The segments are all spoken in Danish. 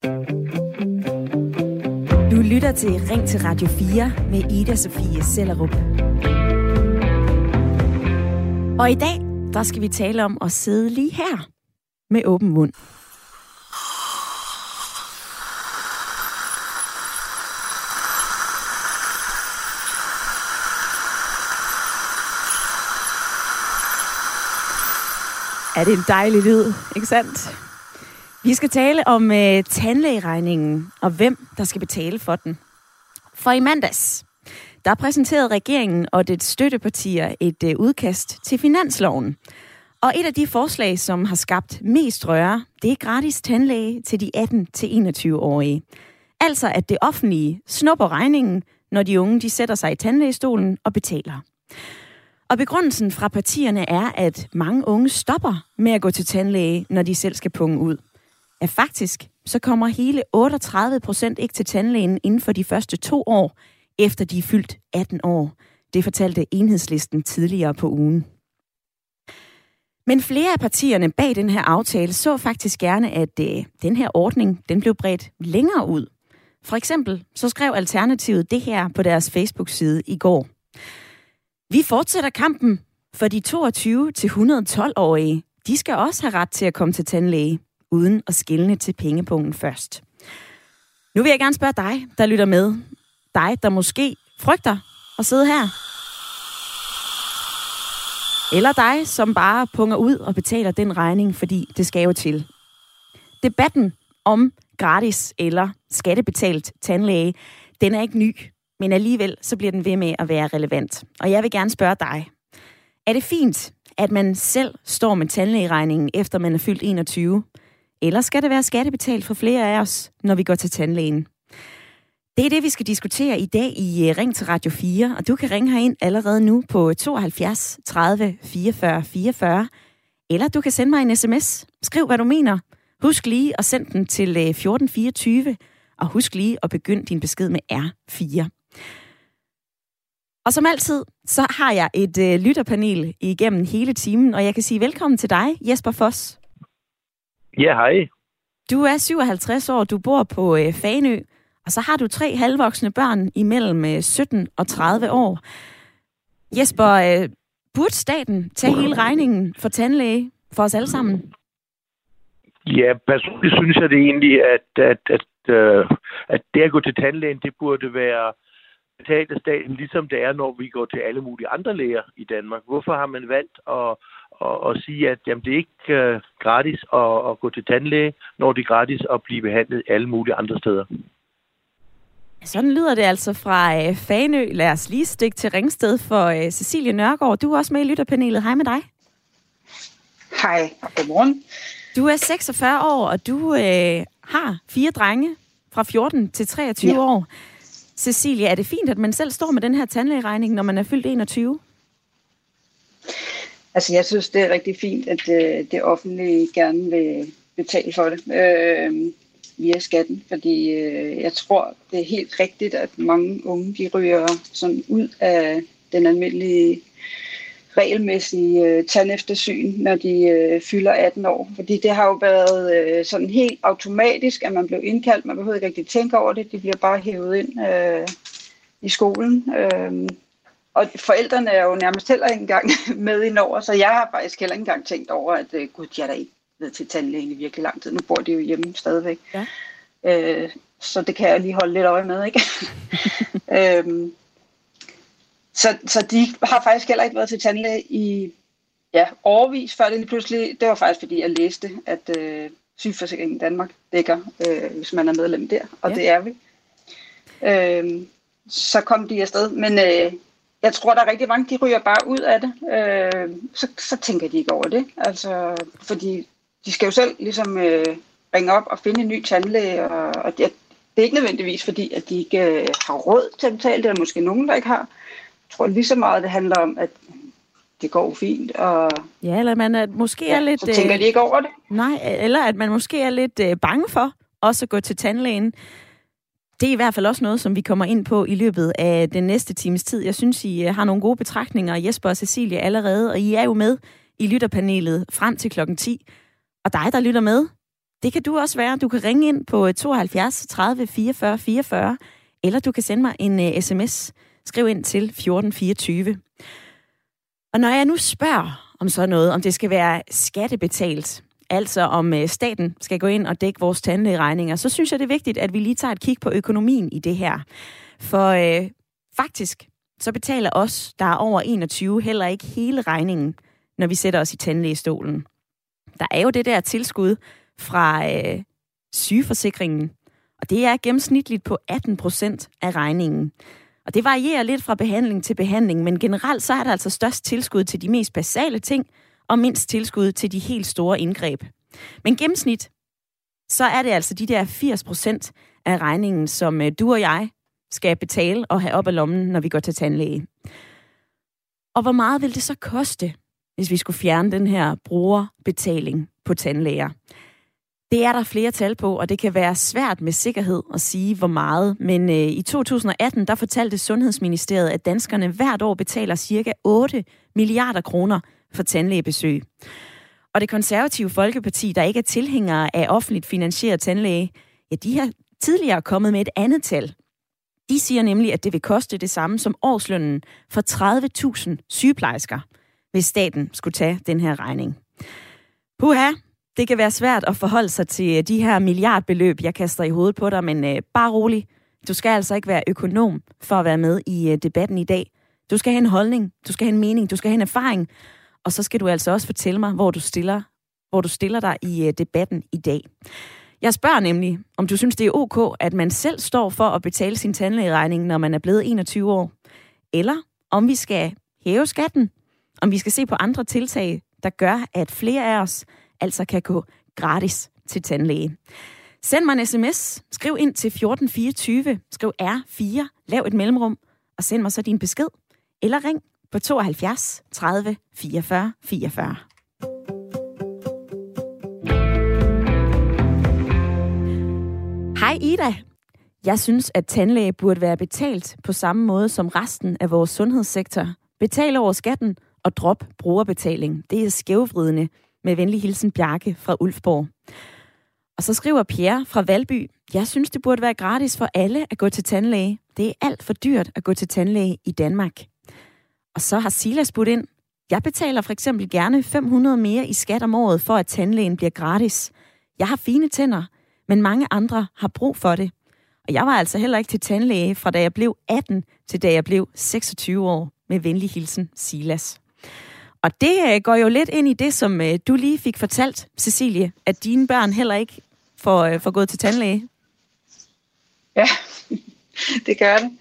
Du lytter til Ring til Radio 4 med Ida Sofie Sellerup. Og i dag, der skal vi tale om at sidde lige her med åben mund. Er det en dejlig lyd, ikke sandt? Vi skal tale om tandlægeregningen og hvem der skal betale for den. For i mandags, der præsenterede regeringen og dets støttepartier et udkast til finansloven. Og et af de forslag, som har skabt mest røre, det er gratis tandlæge til de 18-21-årige. Altså at det offentlige snupper regningen, når de unge de sætter sig i tandlægestolen og betaler. Og begrundelsen fra partierne er, at mange unge stopper med at gå til tandlæge, når de selv skal punge ud. Ja, faktisk så kommer hele 38% ikke til tandlægen inden for de første 2 år, efter de er fyldt 18 år. Det fortalte Enhedslisten tidligere på ugen. Men flere af partierne bag den her aftale så faktisk gerne, at den her ordning den blev bredt længere ud. For eksempel så skrev Alternativet det her på deres Facebook-side i går. Vi fortsætter kampen, for de 22-112-årige, de skal også have ret til at komme til tandlæge, uden at skelne til pengepungen først. Nu vil jeg gerne spørge dig, der lytter med. Dig, der måske frygter at sidde her. Eller dig, som bare punger ud og betaler den regning, fordi det skal jo til. Debatten om gratis eller skattebetalt tandlæge, den er ikke ny. Men alligevel så bliver den ved med at være relevant. Og jeg vil gerne spørge dig. Er det fint, at man selv står med tandlægeregningen, efter man er fyldt 21? Eller skal det være skattebetalt for flere af os, når vi går til tandlægen? Det er det, vi skal diskutere i dag i Ring til Radio 4. Og du kan ringe herind allerede nu på 72 30 44 44. Eller du kan sende mig en sms. Skriv, hvad du mener. Husk lige at sende den til 1424. Og husk lige at begynde din besked med R4. Og som altid, så har jeg et lytterpanel igennem hele timen, og jeg kan sige velkommen til dig, Jesper Foss. Ja, hej. Du er 57 år, du bor på Fanø, og så har du 3 halvvoksne børn imellem 17 og 30 år. Jesper, burde staten tage hele regningen for tandlæge for os alle sammen? Ja, personligt synes jeg det egentlig, at det at gå til tandlægen, det burde være betalt af staten, ligesom det er, når vi går til alle mulige andre læger i Danmark. Hvorfor har man valgt at sige, at jamen, det er ikke gratis at gå til tandlæge, når det er gratis at blive behandlet alle mulige andre steder? Sådan lyder det altså fra Fanø. Lad os lige stikke til Ringsted for Cecilie Nørgaard. Du er også med i lytterpanelet. Hej med dig. Hej, og godmorgen. Du er 46 år, og du har 4 drenge fra 14 til 23 år. Cecilie, er det fint, at man selv står med den her tandlægeregning, når man er fyldt 21? Altså, jeg synes, det er rigtig fint, at det offentlige gerne vil betale for det via skatten, fordi jeg tror, det er helt rigtigt, at mange unge, de ryger sådan ud af den almindelige regelmæssige tandeftersyn, når de fylder 18 år. Fordi det har jo været sådan helt automatisk, at man blev indkaldt. Man behøver ikke rigtig tænke over det. De bliver bare hævet ind i skolen. Og forældrene er jo nærmest heller ikke engang med indover, så jeg har faktisk heller ikke engang tænkt over, at gud, de er da ikke ved til tandlægen i virkelig lang tid. Nu bor de jo hjemme stadigvæk. Ja. Så det kan jeg lige holde lidt øje med, ikke? Så de har faktisk heller ikke været til tandlæge i årevis, før det lige pludselig. Det var faktisk fordi, jeg læste, at Sygeforsikringen i Danmark dækker, hvis man er medlem der, og det er vi. Så kom de afsted, men jeg tror, der er rigtig mange, de ryger bare ud af det. Så tænker de ikke over det, altså, fordi de skal jo selv ligesom ringe op og finde en ny tandlæge, og det er ikke nødvendigvis, fordi at de ikke har råd til at betale det, eller måske nogen, der ikke har. Jeg tror lige så meget, det handler om, at det går fint. Og ja, eller man måske er lidt... Så tænker de ikke over det. Nej, eller at man måske er lidt bange for også at gå til tandlægen. Det er i hvert fald også noget, som vi kommer ind på i løbet af den næste times tid. Jeg synes, I har nogle gode betragtninger, Jesper og Cecilie, allerede. Og I er jo med i lytterpanelet frem til klokken 10. Og dig, der lytter med, Det kan du også være. Du kan ringe ind på 72 30 44 44, eller du kan sende mig en sms. Skriv ind til 1424. Og når jeg nu spørger om sådan noget, om det skal være skattebetalt, altså om staten skal gå ind og dække vores tandlægeregninger, så synes jeg, det er vigtigt, at vi lige tager et kig på økonomien i det her. For faktisk, så betaler os, der er over 21, heller ikke hele regningen, når vi sætter os i tandlægestolen. Der er jo det der tilskud fra sygeforsikringen, og det er gennemsnitligt på 18% af regningen. Og det varierer lidt fra behandling til behandling, men generelt så er der altså størst tilskud til de mest basale ting, og mindst tilskud til de helt store indgreb. Men gennemsnit, så er det altså de der 80% af regningen, som du og jeg skal betale og have op af lommen, når vi går til tandlæge. Og hvor meget vil det så koste, hvis vi skulle fjerne den her brugerbetaling på tandlæger? Det er der flere tal på, og det kan være svært med sikkerhed at sige, hvor meget. Men i 2018, der fortalte Sundhedsministeriet, at danskerne hvert år betaler ca. 8 milliarder kroner for tandlægebesøg. Og det konservative Folkeparti, der ikke er tilhængere af offentligt finansieret tandlæge, ja, de har tidligere kommet med et andet tal. De siger nemlig, at det vil koste det samme som årslønnen for 30.000 sygeplejersker, hvis staten skulle tage den her regning. Puha, det kan være svært at forholde sig til de her milliardbeløb, jeg kaster i hovedet på dig, men bare rolig. Du skal altså ikke være økonom for at være med i debatten i dag. Du skal have en holdning, du skal have en mening, du skal have en erfaring, og så skal du altså også fortælle mig, hvor du stiller dig i debatten i dag. Jeg spørger nemlig, om du synes, det er ok, at man selv står for at betale sin tandlægeregning, når man er blevet 21 år, eller om vi skal hæve skatten, om vi skal se på andre tiltag, der gør, at flere af os altså kan gå gratis til tandlæge. Send mig en sms, skriv ind til 1424, skriv R4, lav et mellemrum, og send mig så din besked, eller ring på 72 30 44 44. Hej Ida. Jeg synes, at tandlæge burde være betalt på samme måde som resten af vores sundhedssektor. Betal over skatten og drop brugerbetaling. Det er skævvridende. Med venlig hilsen Bjarke fra Ulfborg. Og så skriver Pierre fra Valby, jeg synes, det burde være gratis for alle at gå til tandlæge. Det er alt for dyrt at gå til tandlæge i Danmark. Og så har Silas budt ind, jeg betaler for eksempel gerne 500 mere i skat om året, for at tandlægen bliver gratis. Jeg har fine tænder, men mange andre har brug for det. Og jeg var altså heller ikke til tandlæge, fra da jeg blev 18 til da jeg blev 26 år. Med venlig hilsen Silas. Og det går jo lidt ind i det, som du lige fik fortalt, Cecilie, at dine børn heller ikke får gået til tandlæge. Ja, det gør det.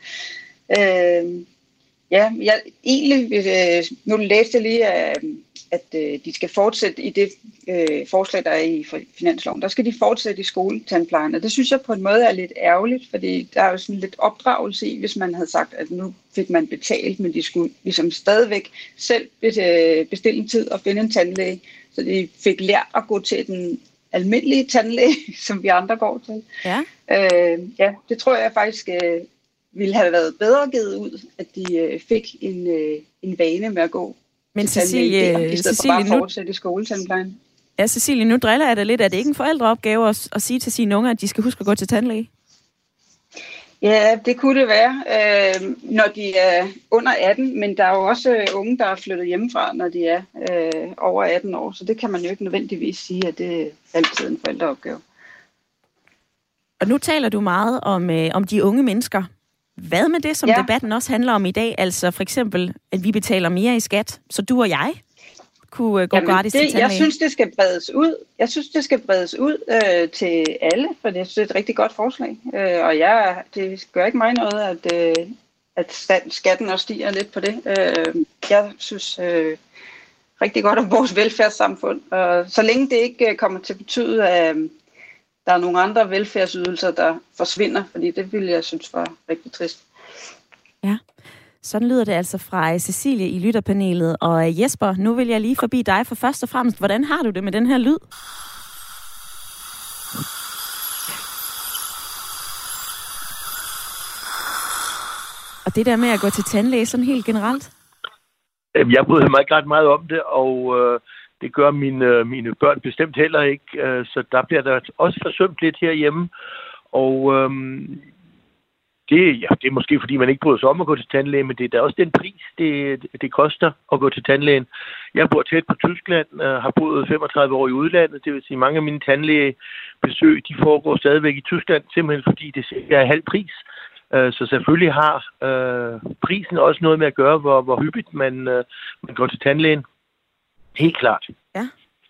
Ja, jeg egentlig, nu læste jeg lige, at de skal fortsætte i det forslag, der er i finansloven. Der skal de fortsætte i skoletandplejen, og det synes jeg på en måde er lidt ærgerligt, fordi der er jo sådan lidt opdragelse i, hvis man havde sagt, at nu fik man betalt, men de skulle ligesom stadigvæk selv bestille en tid og finde en tandlæge, så de fik lært at gå til den almindelige tandlæge, som vi andre går til. Ja, ja, det tror jeg faktisk ville have været bedre givet ud, at de fik en vane med at gå. Men Cecilie, i stedet for bare at fortsætte i skoletandplejen. Ja, Cecilie, nu driller jeg dig lidt. Er det ikke en forældreopgave at sige til sine unger, at de skal huske at gå til tandlæge? Ja, det kunne det være, når de er under 18, men der er jo også unge, der er flyttet hjemmefra, når de er over 18 år, så det kan man jo ikke nødvendigvis sige, at det er altid en forældreopgave. Og nu taler du meget om de unge mennesker. Hvad med det, som debatten også handler om i dag? Altså for eksempel, at vi betaler mere i skat, så du og jeg kunne gå gratis til tandlæge. Jeg synes, det skal bredes ud. Jeg synes, det skal bredes ud til alle, for det er et rigtig godt forslag. Og det gør ikke mig noget, at skatten også stiger lidt på det. Jeg synes rigtig godt om vores velfærdssamfund. Og så længe det ikke kommer til at betyde, at der er nogle andre velfærdsydelser, der forsvinder, fordi det ville jeg synes var rigtig trist. Ja, sådan lyder det altså fra Cecilie i lytterpanelet. Og Jesper, nu vil jeg lige forbi dig for først og fremmest. Hvordan har du det med den her lyd? Og det der med at gå til tandlæge sådan helt generelt? Jeg bryder mig ikke ret meget om det, og Det gør mine børn bestemt heller ikke. Så der bliver der også forsømt lidt herhjemme. Og det er måske, fordi man ikke bryder sig om at gå til tandlæge, men det er da også den pris, det koster at gå til tandlægen. Jeg bor tæt på Tyskland, har boet 35 år i udlandet. Det vil sige, mange af mine tandlægebesøg, de foregår stadigvæk i Tyskland, simpelthen fordi det er halv pris. Så selvfølgelig har prisen også noget med at gøre, hvor hyppigt man går til tandlægen. Helt klart. Ja.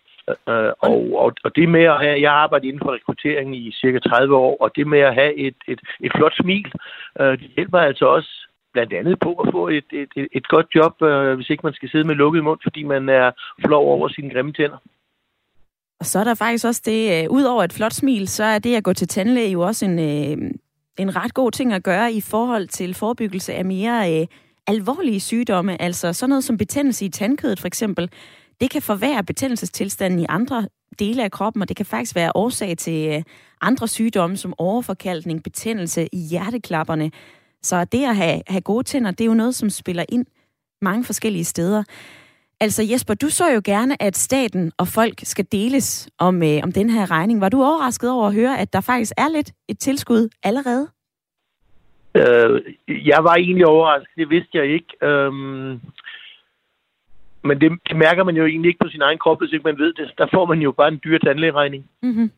Og det med at have, jeg har arbejdet inden for rekruttering i cirka 30 år, og det med at have et flot smil, det hjælper altså også blandt andet på at få et godt job, hvis ikke man skal sidde med lukket mund, fordi man er flov over sine grimme tænder. Og så er der faktisk også det, udover et flot smil, så er det at gå til tandlæge jo også en ret god ting at gøre i forhold til forebyggelse af mere alvorlige sygdomme, altså sådan noget som betændelse i tandkødet for eksempel. Det kan forværre betændelsestilstanden i andre dele af kroppen, og det kan faktisk være årsag til andre sygdomme som overforkalkning, betændelse i hjerteklapperne. Så det at have gode tænder, det er jo noget, som spiller ind mange forskellige steder. Altså Jesper, du så jo gerne, at staten og folk skal deles om den her regning. Var du overrasket over at høre, at der faktisk er lidt et tilskud allerede? Jeg var egentlig overrasket, det vidste jeg ikke. Men det mærker man jo egentlig ikke på sin egen krop, hvis ikke man ved det. Der får man jo bare en dyr tandlægeregning. Mm-hmm.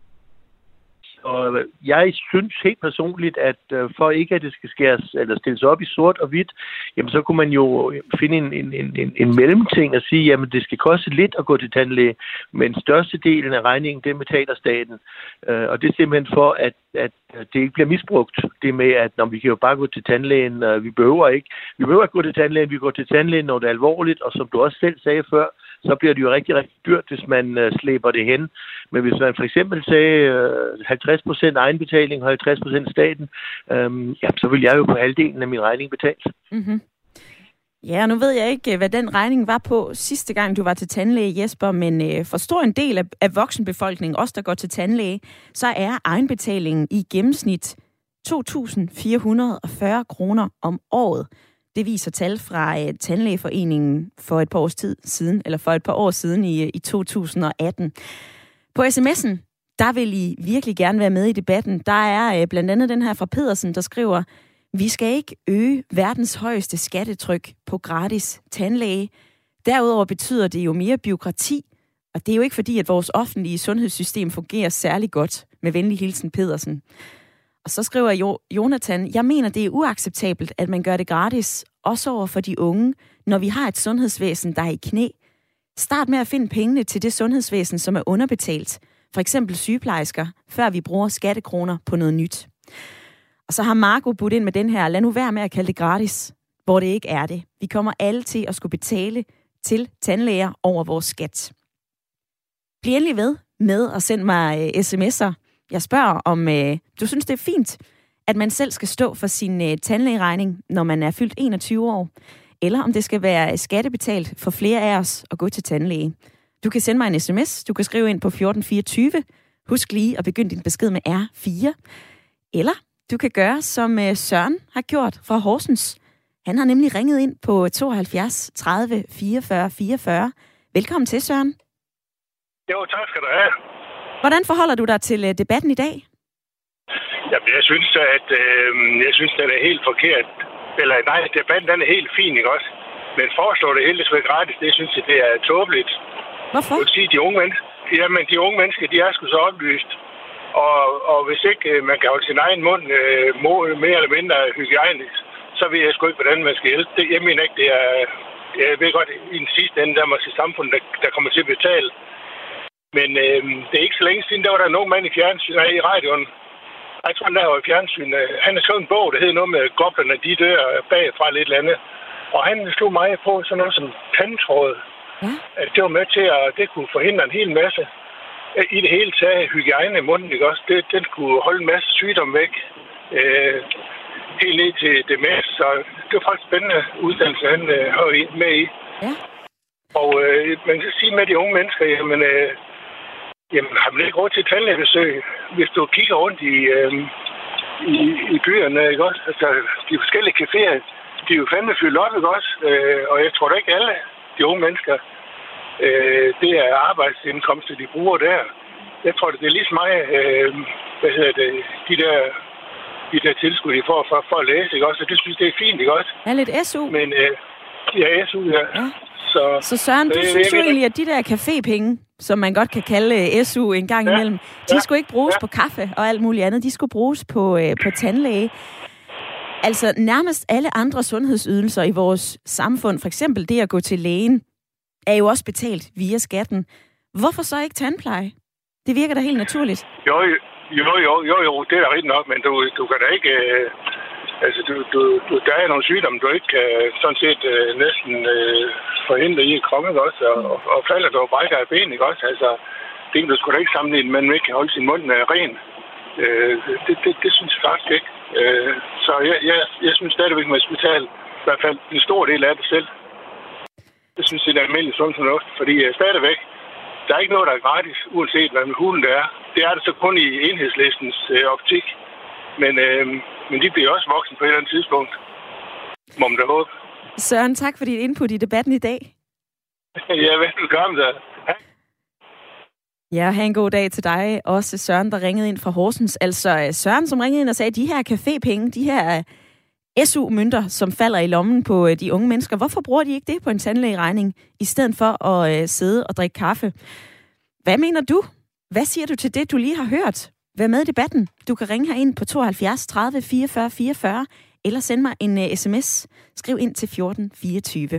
Og jeg synes helt personligt, at for ikke at det skal skæres eller stilles op i sort og hvidt, jamen så kunne man jo finde en mellemting og sige, jamen det skal koste lidt at gå til tandlæge, men størstedelen af regningen, det betaler staten. Og det er simpelthen for, at det ikke bliver misbrugt. Det med, at når vi kan jo bare gå til tandlægen, vi behøver ikke gå til tandlægen, vi går til tandlægen, når det er alvorligt, og som du også selv sagde før, så bliver det jo rigtig, rigtig dyrt, hvis man slæber det hen. Men hvis man for eksempel sagde 50% egenbetaling og 50% staten, så vil jeg jo på halvdelen af min regning betalt. Mm-hmm. Ja, nu ved jeg ikke, hvad den regning var på sidste gang, du var til tandlæge, Jesper, men for stor en del af voksenbefolkningen, også der går til tandlæge, så er egenbetalingen i gennemsnit 2.440 kroner om året. Det viser tal fra Tandlægeforeningen for et par år siden i 2018. På sms'en, der vil I virkelig gerne være med i debatten. Der er blandt andet den her fra Pedersen, der skriver: Vi skal ikke øge verdens højeste skattetryk på gratis tandlæge. Derudover betyder det jo mere bureaukrati, og det er jo ikke fordi, at vores offentlige sundhedssystem fungerer særlig godt. Med venlig hilsen Pedersen. Og så skriver Jonathan: Jeg mener, det er uacceptabelt, at man gør det gratis, også over for de unge, når vi har et sundhedsvæsen, der er i knæ. Start med at finde pengene til det sundhedsvæsen, som er underbetalt. For eksempel sygeplejersker, før vi bruger skattekroner på noget nyt. Og så har Marco budt ind med den her: lad nu være med at kalde det gratis, hvor det ikke er det. Vi kommer alle til at skulle betale til tandlæger over vores skat. Bliv endelig ved med at sende mig sms'er. Jeg spørger, om du synes, det er fint, at man selv skal stå for sin tandlægeregning, når man er fyldt 21 år, eller om det skal være skattebetalt for flere af os at gå til tandlæge. Du kan sende mig en sms, du kan skrive ind på 1424. Husk lige at begynde din besked med R4. Eller du kan gøre, som Søren har gjort fra Horsens. Han har nemlig ringet ind på 72 30 44 44. Velkommen til, Søren. Jo, tak skal du have. Hvordan forholder du dig til debatten i dag? Jamen, jeg synes, den er helt forkert. Eller nej, debatten den er helt fin, ikke også? Men foreslår det hele skal være gratis, det synes jeg, det er tåbeligt. Hvorfor? Jeg vil sige, de unge mennesker, de er sgu så oplyst. Og hvis ikke man kan holde sin egen mund mere eller mindre hygiejnisk, så ved jeg sgu ikke, hvordan man skal hjælpe. Jeg mener ikke, det er... Jeg ved godt, i den sidste ende, der er måske samfundet, der kommer til at betale. Men det er ikke så længe siden, der var der en ung mand i radioen. Jeg tror, han der var i fjernsyn. Han har skrevet en bog, der hedder noget med goblerne, de dør bagfra lidt eller andet. Og han slog mig på sådan noget som tandtråd. Ja. Det var med til, at det kunne forhindre en hel masse. I det hele taget hygiejne i munden, ikke også? Den kunne holde en masse sygdom væk. Helt ned til det meste. Så det var faktisk spændende uddannelse, han har med i. Ja. Og man kan sige med de unge mennesker, jamen har man ikke råd til tandlægebesøg? Hvis du kigger rundt i byerne, ikke også? Altså, de forskellige caféer, de er jo fandme fyldt op, ikke også? Og jeg tror da ikke alle de unge mennesker Det er arbejdsindkomster, de bruger der. Jeg tror, det er lige så meget, de der tilskud, de får for at læse, ikke også? Og det synes det er fint, ikke også? Ja, lidt SU. Men SU, ja. Så Søren, du synes jo egentlig, at de der cafépenge, som man godt kan kalde SU en gang imellem, de skulle ikke bruges på kaffe og alt muligt andet. De skulle bruges på tandlæge. Altså nærmest alle andre sundhedsydelser i vores samfund, for eksempel det at gå til lægen, er jo også betalt via skatten. Hvorfor så ikke tandpleje? Det virker da helt naturligt. Jo, det er da rigtigt nok, men du kan da ikke... der er nogle sygdomme, du ikke kan sådan set næsten forhindre i at komme, ikke også? Og falder du og brækker af ben, ikke også? Altså, det kan du sgu da ikke sammenligne, men man ikke kan holde sin mund ren. Det synes jeg faktisk ikke. Så jeg synes stadigvæk, man skal betale i hvert fald en stor del af det selv. Det synes jeg, det er almindelig sund fornuft, fordi stadigvæk, der er ikke noget, der er gratis, uanset hvad med hulen det er. Det er det så kun i Enhedslistens optik. Men de bliver også voksen på et eller andet tidspunkt. Må man da håbe. Søren, tak for dit input i debatten i dag. Ja, velkommen da. Ja, have en god dag til dig. Også Søren, der ringede ind fra Horsens. Altså Søren, som ringede ind og sagde, at de her cafépenge, de her SU-mønter, som falder i lommen på de unge mennesker, hvorfor bruger de ikke det på en tandlægeregning, i stedet for at sidde og drikke kaffe? Hvad mener du? Hvad siger du til det, du lige har hørt? Vær med i debatten. Du kan ringe herind på 72 30 44 44, eller send mig en sms. Skriv ind til 1424.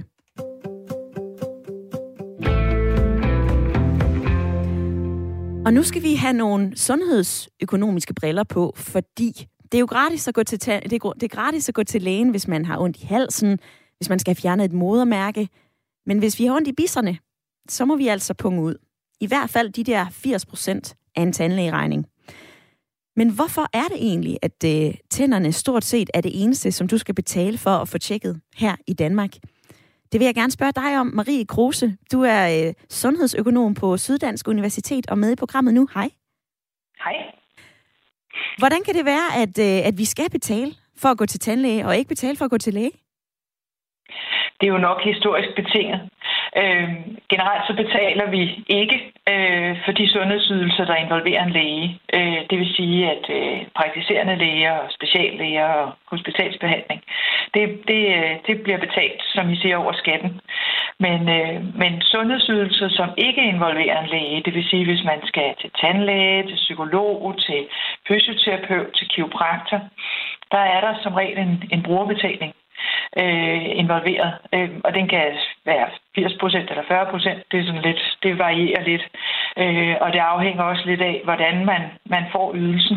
Og nu skal vi have nogle sundhedsøkonomiske briller på, fordi det er jo gratis at gå til det er gratis at gå til lægen, hvis man har ondt i halsen, hvis man skal have fjernet et modermærke. Men hvis vi har ondt i bisserne, så må vi altså punge ud. I hvert fald de der 80% af en tandlægeregning. Men hvorfor er det egentlig, at tænderne stort set er det eneste, som du skal betale for at få tjekket her i Danmark? Det vil jeg gerne spørge dig om, Marie Kruse. Du er sundhedsøkonom på Syddansk Universitet og med i programmet nu. Hej. Hej. Hvordan kan det være, at vi skal betale for at gå til tandlæge, og ikke betale for at gå til læge? Det er jo nok historisk betinget. Generelt så betaler vi ikke for de sundhedsydelser, der involverer en læge. Det vil sige, at praktiserende læger og speciallæger og hospitalsbehandling, det bliver betalt, som I siger, over skatten. Men sundhedsydelser, som ikke involverer en læge, det vil sige, hvis man skal til tandlæge, til psykolog, til fysioterapeut, til kiropraktor, der er der som regel en brugerbetaling involveret, og den kan være 80% eller 40%. Det er sådan lidt, det varierer lidt, og det afhænger også lidt af, hvordan man får ydelsen.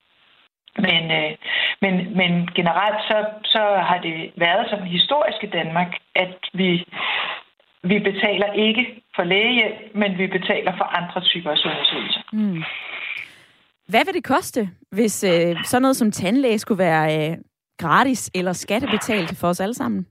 Men generelt så har det været sådan historisk i Danmark, at vi betaler ikke for lægehjælp, men vi betaler for andre typer af sundhedsydelser. Mm. Hvad vil det koste, hvis sådan noget som tandlæge skulle være gratis eller skattebetalt for os alle sammen?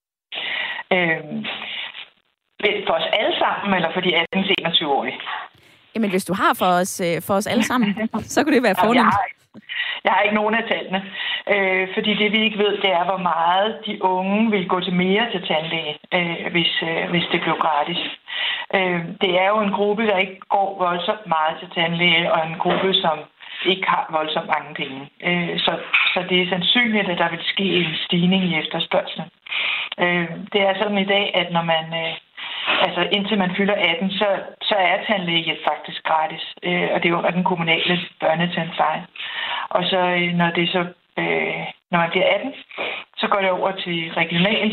For os alle sammen, eller for de 18-21-årige? Jamen, hvis du har for os alle sammen, så kunne det være fornemt. Jeg har ikke nogen af tallene, fordi det vi ikke ved, det er, hvor meget de unge vil gå til mere til tandlæge, hvis det blev gratis. Det er jo en gruppe, der ikke går voldsomt meget til tandlæge, og en gruppe, som ikke har voldsomt mange penge. Så det er sandsynligt, at der vil ske en stigning i efterspørgselen. Det er sådan i dag, at når man... indtil man fylder 18, så er tandlægehjælp faktisk gratis. Og det er jo den kommunale børnetandpleje. Og så når man bliver 18, så går det over til regional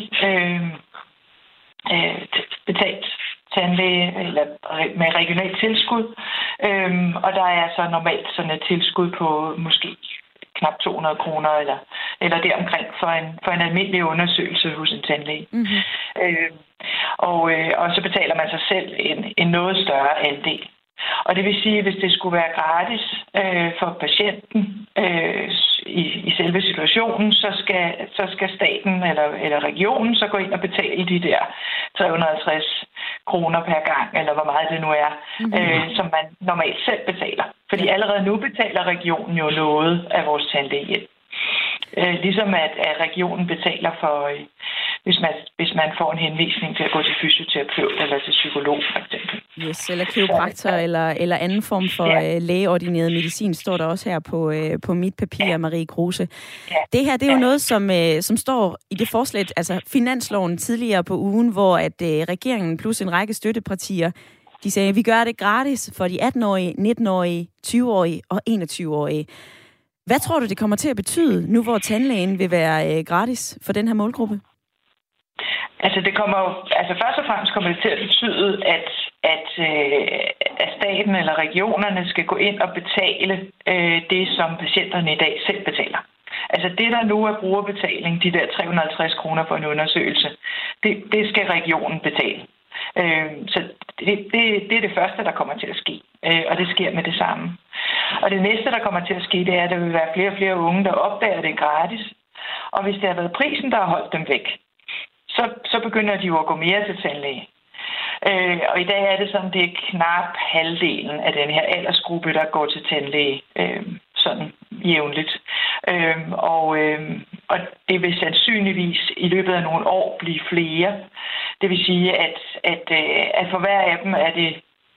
betalt tandlæge, eller med regionalt tilskud. Og der er så normalt sådan et tilskud på måske knap 200 kroner eller deromkring for en almindelig undersøgelse hos en tandlæge. Mm-hmm. Og så betaler man sig selv en noget større andel. Og det vil sige, at hvis det skulle være gratis for patienten i selve situationen, så skal staten eller regionen så gå ind og betale de der 350 kroner per gang, eller hvor meget det nu er, som man normalt selv betaler. Fordi allerede nu betaler regionen jo noget af vores tandlægehjælp. Ligesom at regionen betaler for hvis man får en henvisning til at gå til fysioterapeut eller til psykolog, for eksempel. Yes, eller kiropraktor eller anden form for lægeordineret medicin, står der også her på mit papir, Marie Kruse. Ja. Det her, det er jo noget, som står i det forslag, altså finansloven tidligere på ugen, hvor at regeringen plus en række støttepartier, de sagde, at vi gør det gratis for de 18-årige, 19-årige, 20-årige og 21-årige. Hvad tror du, det kommer til at betyde, nu hvor tandlægen vil være gratis for den her målgruppe? Altså først og fremmest kommer det til at betyde, at staten eller regionerne skal gå ind og betale det, som patienterne i dag selv betaler. Altså det, der nu er brugerbetaling, de der 350 kroner for en undersøgelse, det skal regionen betale. Så det er det første, der kommer til at ske, og det sker med det samme. Og det næste, der kommer til at ske, det er, at der vil være flere og flere unge, der opdager det gratis. Og hvis det har været prisen, der har holdt dem væk, så begynder de jo at gå mere til tandlæge. Og i dag er det sådan, det er knap halvdelen af den her aldersgruppe, der går til tandlæge sådan jævnligt. Og det vil sandsynligvis i løbet af nogle år blive flere. Det vil sige, at for hver af dem er det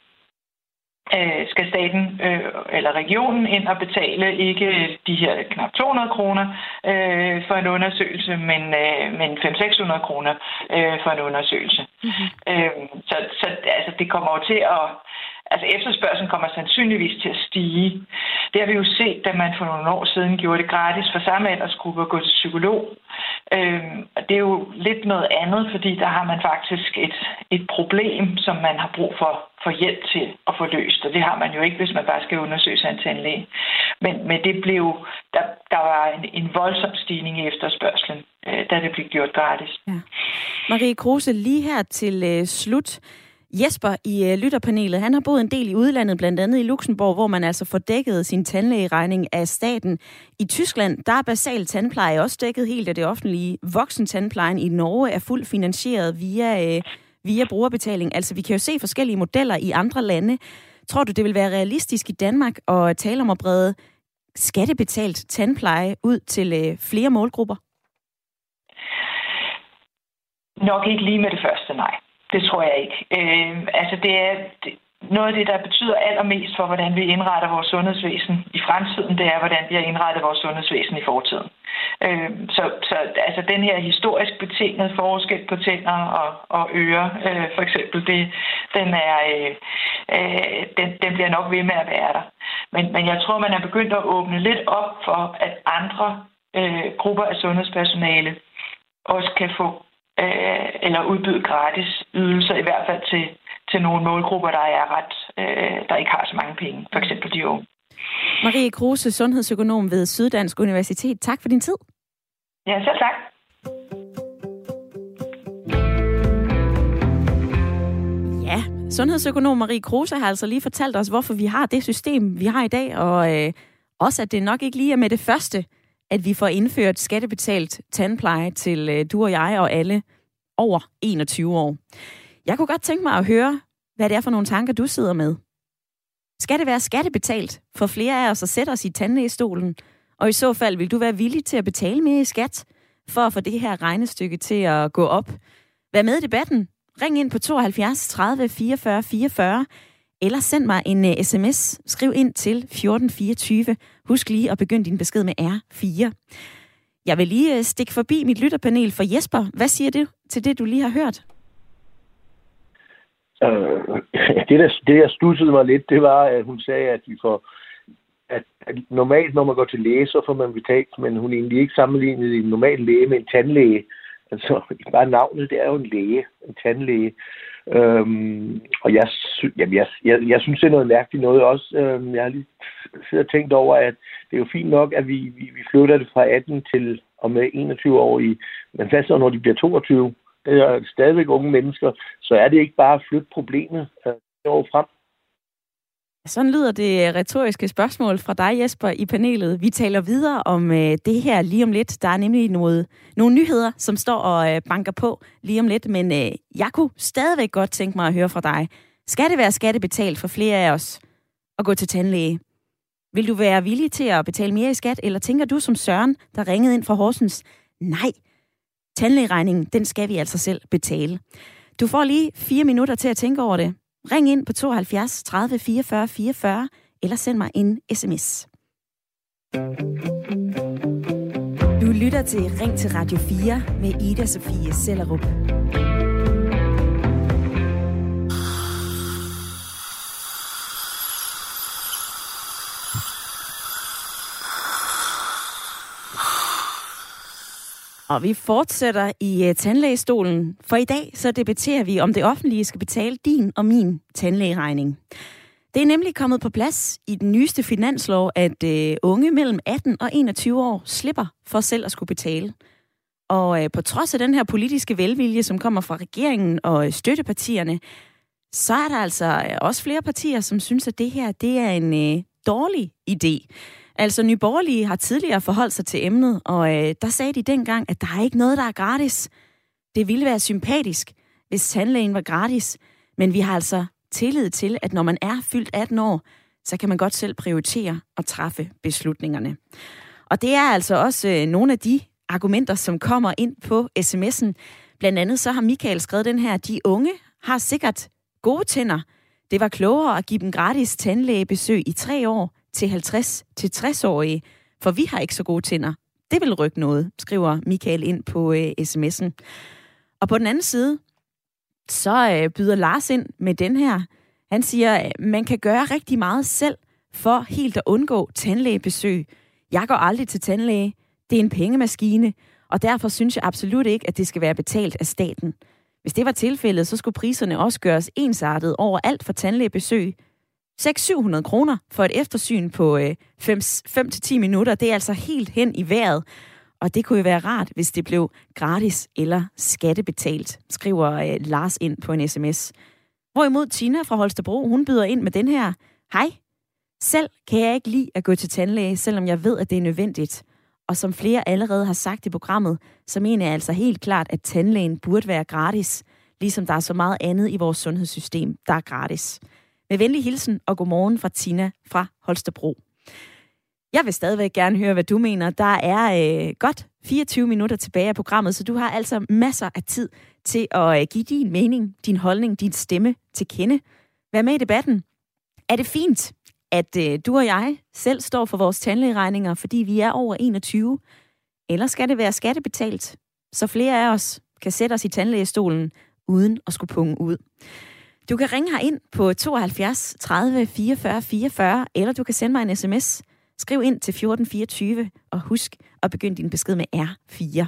skal staten eller regionen ind og betale ikke de her knap 200 kroner for en undersøgelse, men 500-600 kroner for en undersøgelse. Mm-hmm. Så altså, det kommer jo til at... Altså efterspørgselen kommer sandsynligvis til at stige. Det har vi jo set, da man for nogle år siden gjorde det gratis for samme aldersgruppe at gå til psykolog. Og det er jo lidt noget andet, fordi der har man faktisk et problem, som man har brug for hjælp til at få løst. Og det har man jo ikke, hvis man bare skal undersøge sig en tandlæge. Men det blev, der var en voldsom stigning i efterspørgselen, da det blev gjort gratis. Ja. Marie Kruse, lige her til slut. Jesper i lytterpanelet, han har boet en del i udlandet, blandt andet i Luxembourg, hvor man altså får dækket sin tandlægeregning af staten. I Tyskland, der er basal tandpleje også dækket helt af det offentlige. Voksentandplejen i Norge er fuldt finansieret via brugerbetaling. Altså, vi kan jo se forskellige modeller i andre lande. Tror du, det vil være realistisk i Danmark at tale om at brede skattebetalt tandpleje ud til flere målgrupper? Nok ikke lige med det første, nej. Det tror jeg ikke. Det er noget af det, der betyder allermest for, hvordan vi indretter vores sundhedsvæsen i fremtiden, det er, hvordan vi har indrettet vores sundhedsvæsen i fortiden. Så den her historisk betingede forskel på tænder og ører, for eksempel, den bliver nok ved med at være der. Men jeg tror, man er begyndt at åbne lidt op for, at andre grupper af sundhedspersonale også kan få eller udbyde gratis ydelser, i hvert fald til nogle målgrupper, der ikke har så mange penge, for eksempel de unge. Marie Kruse, sundhedsøkonom ved Syddansk Universitet. Tak for din tid. Ja, selv tak. Ja, sundhedsøkonom Marie Kruse har altså lige fortalt os, hvorfor vi har det system, vi har i dag, og også, at det nok ikke lige er med det første, at vi får indført skattebetalt tandpleje til du og jeg og alle over 21 år. Jeg kunne godt tænke mig at høre, hvad det er for nogle tanker, du sidder med. Skal det være skattebetalt for flere af os at sætte os i tandlægestolen? Og i så fald, vil du være villig til at betale mere i skat for at få det her regnestykke til at gå op? Vær med i debatten. Ring ind på 72 30 44 44. Eller send mig en sms. Skriv ind til 1424. Husk lige at begynde din besked med R4. Jeg vil lige stikke forbi mit lytterpanel for Jesper. Hvad siger du til det, du lige har hørt? Det der studsede mig lidt, det var, at hun sagde, at at normalt, når man går til læge, så får man betalt, men hun egentlig ikke sammenlignede en normal læge med en tandlæge. Altså, bare navnet, det er jo en læge, en tandlæge. Og jeg synes, det er noget mærkeligt noget også. Jeg har lige siddet og tænkt over, at det er jo fint nok, at vi flytter det fra 18 til og med 21 år i. Men hvad så, når de bliver 22? Det er stadigvæk unge mennesker, så er det ikke bare at flytte problemet over frem. Sådan lyder det retoriske spørgsmål fra dig, Jesper, i panelet. Vi taler videre om det her lige om lidt. Der er nemlig nogle nyheder, som står og banker på lige om lidt, men jeg kunne stadigvæk godt tænke mig at høre fra dig. Skal det være skattebetalt for flere af os at gå til tandlæge? Vil du være villig til at betale mere i skat, eller tænker du som Søren, der ringede ind fra Horsens? Nej, Tandlægeregningen, den skal vi altså selv betale. Du får lige 4 minutter til at tænke over det. Ring ind på 72 30 44 44, eller send mig en sms. Du lytter til Ring til Radio 4 med Ida Sofie Sellerup. Og vi fortsætter i tandlægestolen, for i dag så debatterer vi, om det offentlige skal betale din og min tandlægeregning. Det er nemlig kommet på plads i den nyeste finanslov, at unge mellem 18 og 21 år slipper for selv at skulle betale. Og på trods af den her politiske velvilje, som kommer fra regeringen og støttepartierne, så er der altså også flere partier, som synes, at det her det er en dårlig idé. Altså Nye Borgerlige har tidligere forholdt sig til emnet, og der sagde de dengang, at der er ikke noget, der er gratis. Det ville være sympatisk, hvis tandlægen var gratis, men vi har altså tillid til, at når man er fyldt 18 år, så kan man godt selv prioritere og træffe beslutningerne. Og det er altså også nogle af de argumenter, som kommer ind på sms'en. Blandt andet så har Michael skrevet den her: de unge har sikkert gode tænder. Det var klogere at give dem gratis tandlægebesøg i 3 år til 50-60-årige, for vi har ikke så gode tænder. Det vil rykke noget, skriver Michael ind på sms'en. Og på den anden side, så byder Lars ind med den her. Han siger, at man kan gøre rigtig meget selv for helt at undgå tandlægebesøg. Jeg går aldrig til tandlæge. Det er en pengemaskine, og derfor synes jeg absolut ikke, at det skal være betalt af staten. Hvis det var tilfældet, så skulle priserne også gøres ensartet over alt for tandlægebesøg. 600-700 kroner for et eftersyn på 5-10 minutter. Det er altså helt hen i vejret. Og det kunne jo være rart, hvis det blev gratis eller skattebetalt, skriver Lars ind på en sms. Hvorimod Tina fra Holstebro, hun byder ind med den her: hej, selv kan jeg ikke lide at gå til tandlæge, selvom jeg ved, at det er nødvendigt. Og som flere allerede har sagt i programmet, så mener jeg altså helt klart, at tandlægen burde være gratis, ligesom der er så meget andet i vores sundhedssystem, der er gratis. Med venlig hilsen og godmorgen fra Tina fra Holstebro. Jeg vil stadigvæk gerne høre, hvad du mener. Der er godt 24 minutter tilbage af programmet, så du har altså masser af tid til at give din mening, din holdning, din stemme til kende. Vær med i debatten. Er det fint, at du og jeg selv står for vores tandlægeregninger, fordi vi er over 21? Eller skal det være skattebetalt, så flere af os kan sætte os i tandlægestolen uden at skulle punge ud? Du kan ringe her ind på 72 30 44 44, eller du kan sende mig en sms. Skriv ind til 1424, og husk at begynde din besked med R4.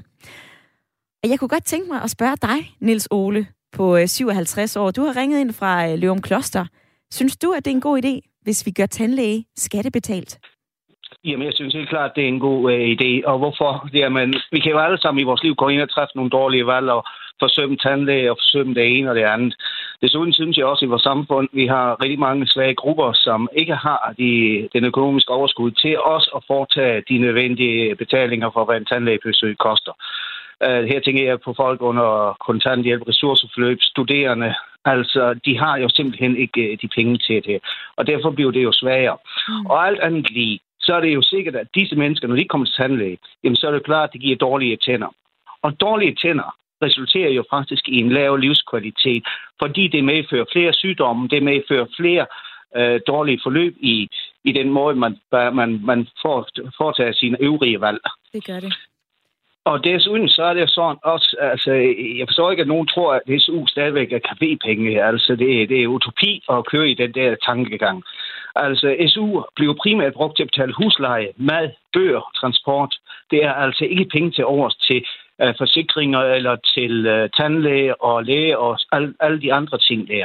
Og jeg kunne godt tænke mig at spørge dig, Niels Ole, på 57 år. Du har ringet ind fra Lørum Kloster. Synes du, at det er en god idé, hvis vi gør tandlæge skattebetalt? Jamen, jeg synes helt klart, at det er en god idé. Og hvorfor? Jamen, vi kan jo alle sammen i vores liv gå ind og træffe nogle dårlige valg og forsømme tandlæge og forsømme det ene og det andet. Desuden synes jeg også, at i vores samfund, vi har rigtig mange svage grupper, som ikke har den økonomiske overskud til os at foretage de nødvendige betalinger for, hvad en tandlægebesøg koster. Her tænker jeg på folk under kontanthjælp, ressourceforløb, studerende. Altså, de har jo simpelthen ikke de penge til det. Og derfor bliver det jo sværere. Og alt andet lige, så er det jo sikkert, at disse mennesker, når de kommer til tandlæge, jamen så er det klart, at det giver dårlige tænder. Og dårlige tænder resulterer jo faktisk i en lav livskvalitet, fordi det medfører flere sygdomme, det medfører flere dårlige forløb i den måde, man foretager sine øvrige valg. Det gør det. Og desuden så er det sådan også, altså jeg forstår ikke, at nogen tror, at SU stadigvæk er cafépenge. Altså det er utopi at køre i den der tankegang. Altså SU bliver primært brugt til at betale husleje, mad, bøger, transport. Det er altså ikke penge til overs til forsikringer eller til tandlæge og læge og alle de andre ting der.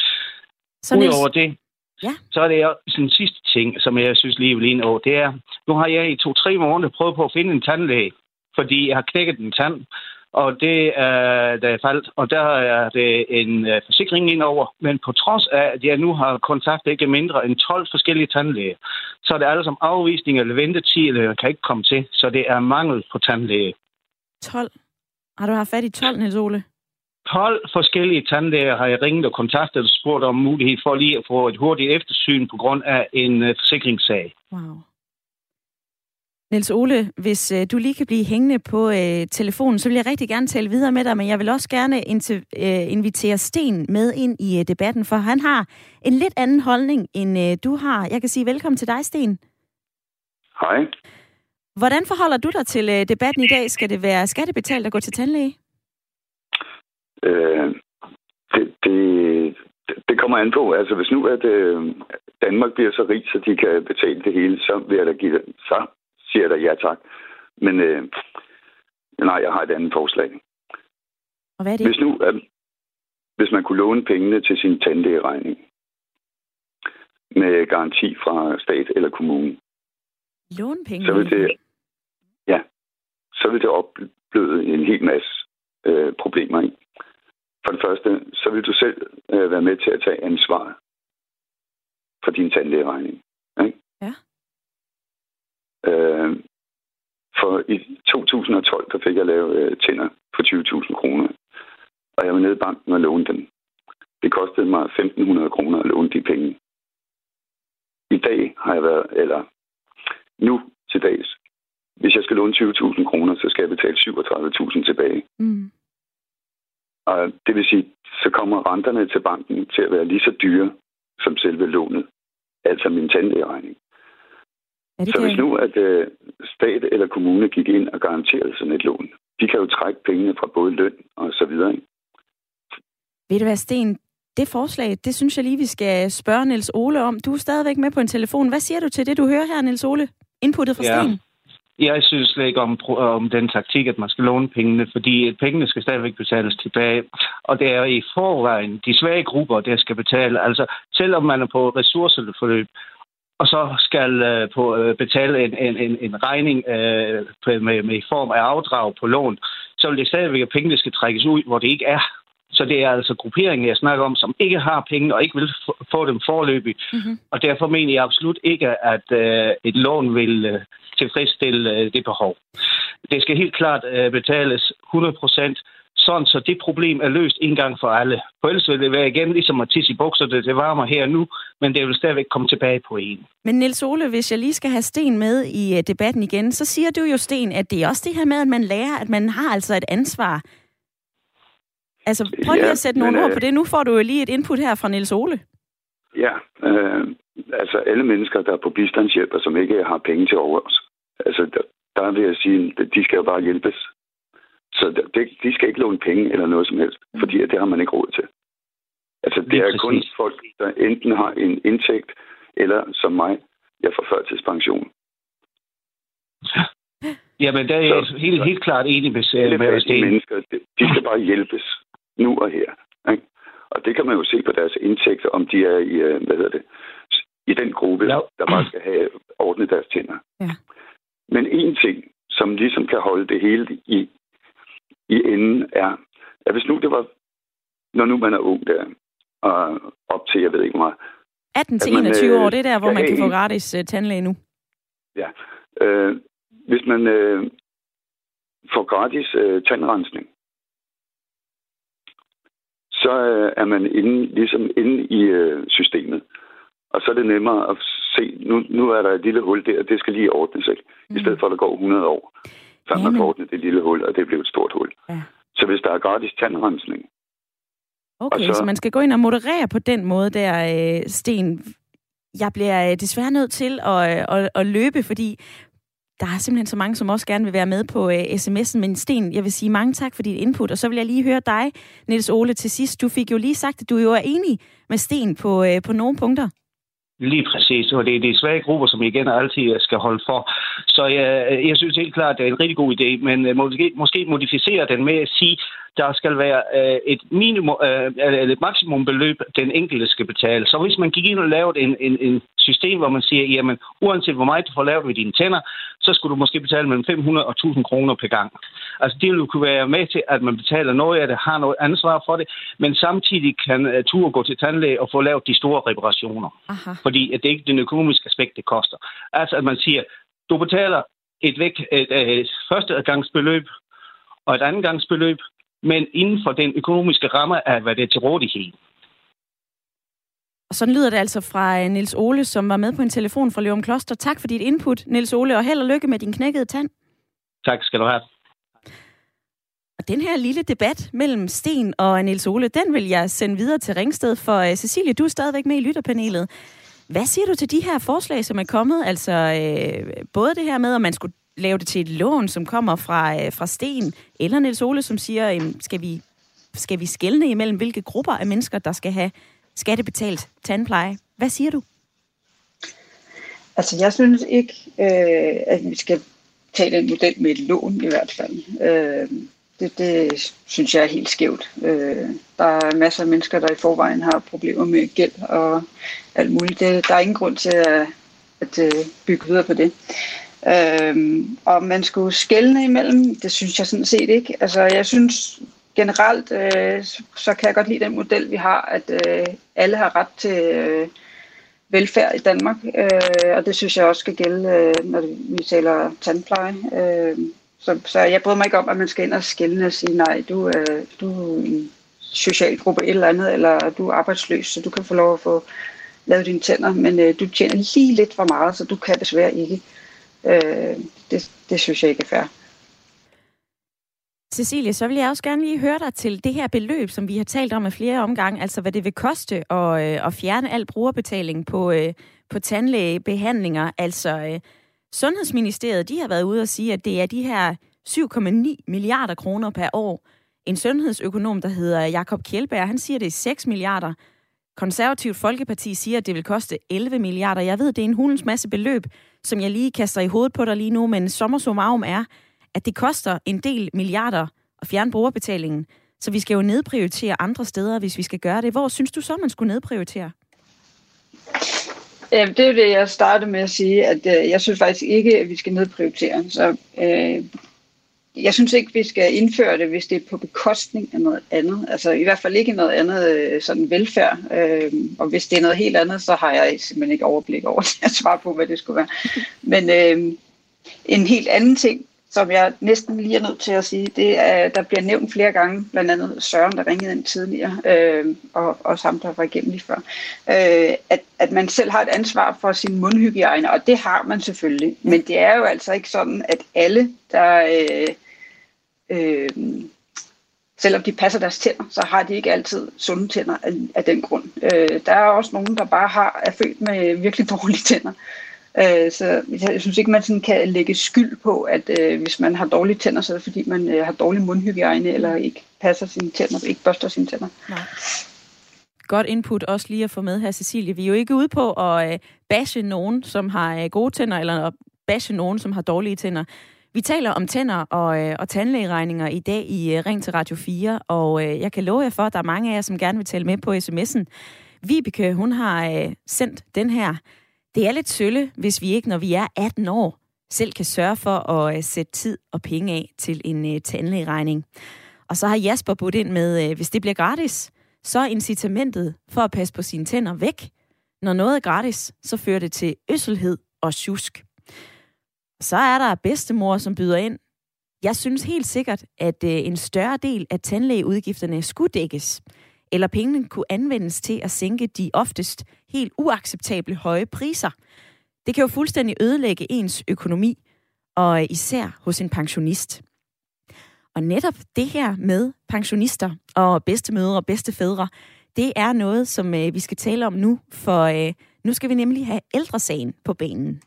Udover det, ja. Så er det også en sidste ting, som jeg synes lige vil ind over. Det er, nu har jeg i 2-3 måneder prøvet på at finde en tandlæge, fordi jeg har knækket en tand, og det er der er faldt, og der er det en forsikring indover. Men på trods af, at jeg nu har kontaktet ikke mindre end 12 forskellige tandlæger, så er det alle som afvisning eller ventetid, eller kan ikke komme til, så det er mangel på tandlæge. 12? Har du haft fat i 12, Niels Ole? 12 forskellige tandlæger har jeg ringet og kontaktet og spurgt om mulighed for lige at få et hurtigt eftersyn på grund af en forsikringssag. Wow. Niels Ole, hvis du lige kan blive hængende på telefonen, så vil jeg rigtig gerne tale videre med dig, men jeg vil også gerne invitere Sten med ind i debatten, for han har en lidt anden holdning, end du har. Jeg kan sige velkommen til dig, Sten. Hej. Hvordan forholder du dig til debatten i dag? Skal det være skattebetalt at gå til tandlæge? Det kommer an på. Altså, hvis nu at Danmark bliver så rig, så de kan betale det hele, så vil jeg da give det. Så siger jeg da ja tak. Men nej, jeg har et andet forslag. Og hvad er det? Hvis man kunne låne pengene til sin tandlægeregning med garanti fra stat eller kommune, låne penge? Så vil det opbløde en hel masse problemer i. For det første, så vil du selv være med til at tage ansvar for din tandlægeregning. Ikke? Ja. For i 2012, der fik jeg lavet tænder for 20.000 kroner. Og jeg var nede i banken og låne dem. Det kostede mig 1.500 kroner at låne de penge. I dag har jeg været, eller nu til dags, hvis jeg skal låne 20.000 kroner, så skal jeg betale 37.000 tilbage. Mm. Og det vil sige, så kommer renterne til banken til at være lige så dyre som selve lånet. Altså min tandlægeregning. Så hvis nu, at stat eller kommune gik ind og garanterede sådan et lån, de kan jo trække pengene fra både løn og så videre. Ved du hvad, Sten? Det forslag, det synes jeg lige, vi skal spørge Niels Ole om. Du er stadigvæk med på en telefon. Hvad siger du til det, du hører her, Niels Ole? Inputtet fra Sten? Jeg synes slet ikke om den taktik, at man skal låne pengene, fordi pengene skal stadigvæk betales tilbage. Og det er i forvejen de svage grupper, der skal betale. Altså, selvom man er på ressourceforløb, og så skal betale en regning med form af afdrag på lån, så vil det stadigvæk, at pengene skal trækkes ud, hvor det ikke er. Så det er altså grupperingen, jeg snakker om, som ikke har penge og ikke vil få dem foreløbigt. Mm-hmm. Og derfor mener jeg absolut ikke, at et lån vil tilfredsstille det behov. Det skal helt klart betales 100%, sådan så det problem er løst en gang for alle. For ellers vil det være igen ligesom at tisse i bukser, det varmer her nu, men det vil stadigvæk komme tilbage på en. Men Niels Ole, hvis jeg lige skal have Sten med i debatten igen, så siger du jo, Sten, at det er også det her med, at man lærer, at man har altså et ansvar. Altså, prøv lige at sætte nogle ord på det. Nu får du jo lige et input her fra Niels Ole. Ja, altså alle mennesker, der er på bistandshjælp, og som ikke har penge til overs. Altså, der vil jeg sige, at de skal jo bare hjælpes. Så de skal ikke låne penge eller noget som helst, fordi det har man ikke råd til. Altså, det er kun folk, der enten har en indtægt, eller som mig, jeg får førtidspension. Jamen, der er jeg helt klart enig med Sten. Mennesker, de skal bare hjælpes nu og her. Ikke? Og det kan man jo se på deres indtægter, om de er i, i den gruppe, der bare skal have ordnet deres tænder. Ja. Men en ting, som ligesom kan holde det hele i enden, er, at hvis nu det var, når nu man er ung der, og op til, jeg ved ikke meget. 18 til 21 år, det er der, hvor man kan få gratis tandlæge nu. Ja. Hvis man får gratis tandrensning, så er man inde i systemet. Og så er det nemmere at se, nu er der et lille hul der, det skal lige ordnes, ikke? I stedet for, at der går 100 år, så har man ordnet det lille hul, og det bliver et stort hul. Ja. Så hvis der er gratis tandrensning... Okay, så man skal gå ind og moderere på den måde der, Sten. Jeg bliver desværre nødt til at løbe, fordi der er simpelthen så mange, som også gerne vil være med på sms'en. Men Sten, jeg vil sige mange tak for dit input, og så vil jeg lige høre dig, Niels Ole, til sidst. Du fik jo lige sagt, at du jo er enig med Sten på nogle punkter. Lige præcis, og det er de svage grupper, som igen altid skal holde for. Så jeg synes helt klart, at det er en rigtig god idé, men måske modificere den med at sige, der skal være et maksimumbeløb, den enkelte skal betale. Så hvis man gik ind og lavede en system, hvor man siger, jamen uanset hvor meget du får lavet ved dine tænder, så skulle du måske betale mellem 500 og 1000 kroner per gang. Altså det vil kunne være med til, at man betaler noget af det, har noget ansvar for det, men samtidig kan turde gå til tandlæge og få lavet de store reparationer. Aha. Fordi at det ikke er den økonomiske aspekt, det koster. Altså at man siger, du betaler et førstegangsbeløb og et andengangsbeløb, men inden for den økonomiske ramme af, hvad det er til rådighed. Og sådan lyder det altså fra Niels Ole, som var med på en telefon fra Lørum Kloster. Tak for dit input, Niels Ole, og held og lykke med din knækkede tand. Tak skal du have. Og den her lille debat mellem Sten og Niels Ole, den vil jeg sende videre til Ringsted, for Cecilie, du er stadigvæk med i lytterpanelet. Hvad siger du til de her forslag, som er kommet? Altså både det her med, at man skulle lave det til et lån, som kommer fra Sten, eller Niels Ole, som siger, skal vi skelne imellem, hvilke grupper af mennesker, der skal have skattebetalt tandpleje? Hvad siger du? Altså, jeg synes ikke, at vi skal tage den model med et lån i hvert fald. Det synes jeg er helt skævt. Der er masser af mennesker, der i forvejen har problemer med gæld og alt muligt. Der er ingen grund til at bygge videre på det. Og man skulle skelne imellem, det synes jeg sådan set ikke. Altså, jeg synes generelt, så kan jeg godt lide den model, vi har, at alle har ret til velfærd i Danmark. Og det synes jeg også skal gælde, når vi taler tandpleje. Så jeg bryder mig ikke om, at man skal ind og skelne og sige, nej, du er en social gruppe et eller andet, eller du er arbejdsløs, så du kan få lov at få lavet dine tænder, men du tjener lige lidt for meget, så du kan desværre ikke. Det synes jeg ikke er fair. Cecilie, så vil jeg også gerne lige høre dig til det her beløb, som vi har talt om i flere omgange, altså hvad det vil koste at fjerne al brugerbetaling på tandlægebehandlinger. Altså Sundhedsministeriet, de har været ude og sige, at det er de her 7,9 milliarder kroner per år. En sundhedsøkonom, der hedder Jakob Kjeldberg, han siger, at det er 6 milliarder. Konservativt Folkeparti siger, at det vil koste 11 milliarder. Jeg ved, det er en hulens masse beløb, som jeg lige kaster i hovedet på dig lige nu, men summa summarum er, at det koster en del milliarder at fjerne brugerbetalingen. Så vi skal jo nedprioritere andre steder, hvis vi skal gøre det. Hvor synes du så, man skulle nedprioritere? Ja, det er det, jeg startede med at sige, at jeg synes faktisk ikke, at vi skal nedprioritere. Så jeg synes ikke, vi skal indføre det, hvis det er på bekostning af noget andet. Altså i hvert fald ikke noget andet sådan velfærd. Og hvis det er noget helt andet, så har jeg simpelthen ikke overblik over til at svare på, hvad det skulle være. Men en helt anden ting, som jeg næsten lige er nødt til at sige, det er, der bliver nævnt flere gange, blandt andet Søren, der ringede ind tidligere, og samt der var igennem lige før, at man selv har et ansvar for sin mundhygiejne, og det har man selvfølgelig. Men det er jo altså ikke sådan, at alle, der selvom de passer deres tænder, så har de ikke altid sunde tænder af den grund. Der er også nogen, der bare er født med virkelig dårlige tænder. Så jeg synes ikke, man sådan kan lægge skyld på, at hvis man har dårlige tænder, så er det fordi, man har dårlig mundhygiejne, eller ikke passer sine tænder, ikke børster sine tænder. Nej. Godt input også lige at få med her, Cecilie. Vi er jo ikke ude på at bashe nogen, som har gode tænder, eller at bashe nogen, som har dårlige tænder. Vi taler om tænder og tandlægeregninger i dag i Ring til Radio 4, og jeg kan love jer for, at der er mange af jer, som gerne vil tale med på sms'en. Vibeke, hun har sendt den her. Det er lidt sølle, hvis vi ikke, når vi er 18 år, selv kan sørge for at sætte tid og penge af til en tandlægeregning. Og så har Jasper budt ind med, hvis det bliver gratis, så er incitamentet for at passe på sine tænder væk. Når noget er gratis, så fører det til øsselhed og sjusk. Så er der bedstemor, som byder ind. Jeg synes helt sikkert, at en større del af tandlægeudgifterne skulle dækkes, eller pengene kunne anvendes til at sænke de oftest helt uacceptable høje priser. Det kan jo fuldstændig ødelægge ens økonomi, og især hos en pensionist. Og netop det her med pensionister og bedstemødre og bedstefædre, det er noget, som vi skal tale om nu, for nu skal vi nemlig have ældresagen på banen.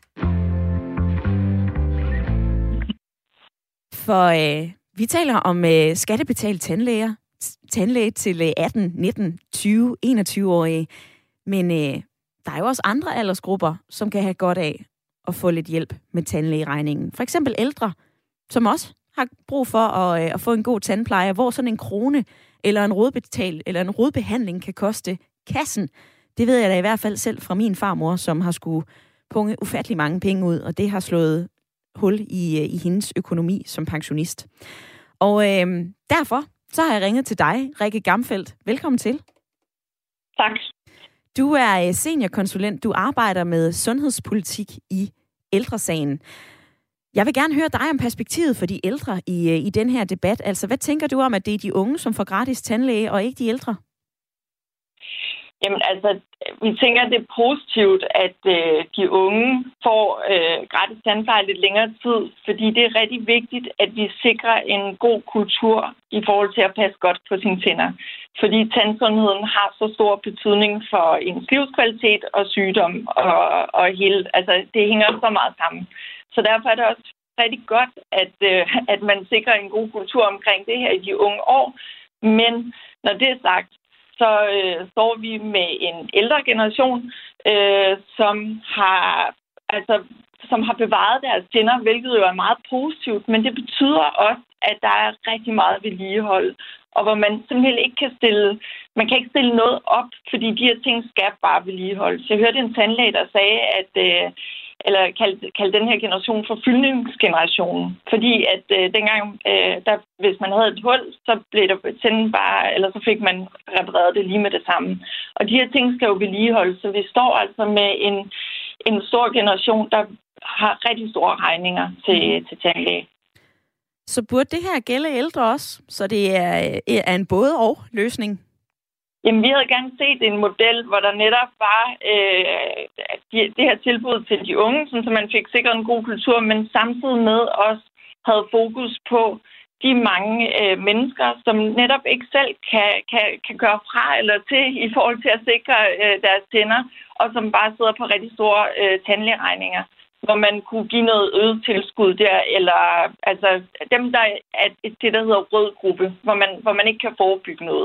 For vi taler om skattebetalt tandlæge til 18, 19, 20, 21-årige. Men der er jo også andre aldersgrupper, som kan have godt af at få lidt hjælp med tandlægeregningen. For eksempel ældre, som også har brug for at få en god tandpleje, hvor sådan en krone eller en rodbehandling kan koste kassen. Det ved jeg da i hvert fald selv fra min farmor, som har skulle punge ufattelig mange penge ud, og det har slået hul i hendes økonomi som pensionist. Og derfor så har jeg ringet til dig, Rikke Gamfeldt. Velkommen til. Tak. Du er seniorkonsulent. Du arbejder med sundhedspolitik i ældresagen. Jeg vil gerne høre dig om perspektivet for de ældre i den her debat. Altså, hvad tænker du om, at det er de unge, som får gratis tandlæge, og ikke de ældre? Jamen altså, vi tænker, at det er positivt, at de unge får gratis tandpleje lidt længere tid, fordi det er rigtig vigtigt, at vi sikrer en god kultur i forhold til at passe godt på sine tænder. Fordi tandsundheden har så stor betydning for ens livskvalitet og sygdom, og hele, altså, det hænger så meget sammen. Så derfor er det også rigtig godt, at man sikrer en god kultur omkring det her i de unge år. Men når det er sagt, så står vi med en ældre generation, som har bevaret deres tænder, hvilket jo er meget positivt, men det betyder også, at der er rigtig meget vedligehold, og hvor man simpelthen ikke kan stille noget op, fordi de her ting skal bare vedligeholdes. Jeg hørte en tandlæge, der sagde, eller kaldte den her generation for fyldningsgenerationen. Fordi at dengang, hvis man havde et hul, så blev der tænden bare, eller så fik man repareret det lige med det samme. Og de her ting skal jo vedligeholdes, så vi står altså med en stor generation, der har rigtig store regninger til tandlæge. Så burde det her gælde ældre også, så det er en både-og løsning? Jamen, vi havde gerne set en model, hvor der netop var det her tilbud til de unge, så man fik sikret en god kultur, men samtidig med også havde fokus på de mange mennesker, som netop ikke selv kan gøre fra eller til i forhold til at sikre deres tænder, og som bare sidder på rigtig store tandlægeregninger, hvor man kunne give noget øget tilskud der, eller altså dem, der er det, der hedder rød gruppe, hvor man ikke kan forebygge noget,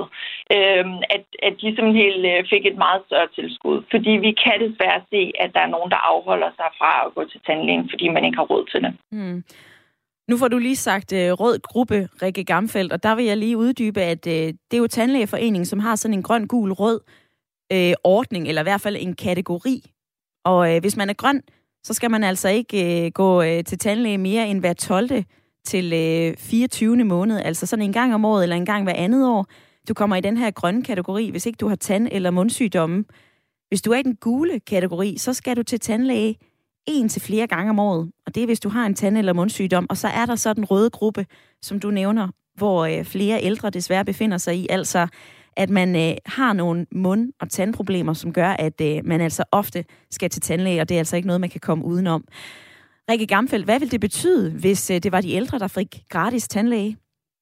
at de simpelthen fik et meget større tilskud. Fordi vi kan desværre se, at der er nogen, der afholder sig fra at gå til tandlægen, fordi man ikke har råd til det. Mm. Nu får du lige sagt rød gruppe, Rikke Gamfeldt, og der vil jeg lige uddybe, at det er jo Tandlægeforeningen, som har sådan en grøn-gul-rød ordning, eller i hvert fald en kategori. Og hvis man er grøn, så skal man altså ikke gå til tandlæge mere end hver 12. til 24. måned, altså sådan en gang om året eller en gang hver andet år. Du kommer i den her grønne kategori, hvis ikke du har tand- eller mundsygdomme. Hvis du er i den gule kategori, så skal du til tandlæge 1 til flere gange om året, og det er, hvis du har en tand- eller mundsygdom. Og så er der så den røde gruppe, som du nævner, hvor flere ældre desværre befinder sig i, altså at man har nogle mund- og tandproblemer, som gør, at man altså ofte skal til tandlæge, og det er altså ikke noget, man kan komme udenom. Rikke Gamfeldt, hvad vil det betyde, hvis det var de ældre, der fik gratis tandlæge?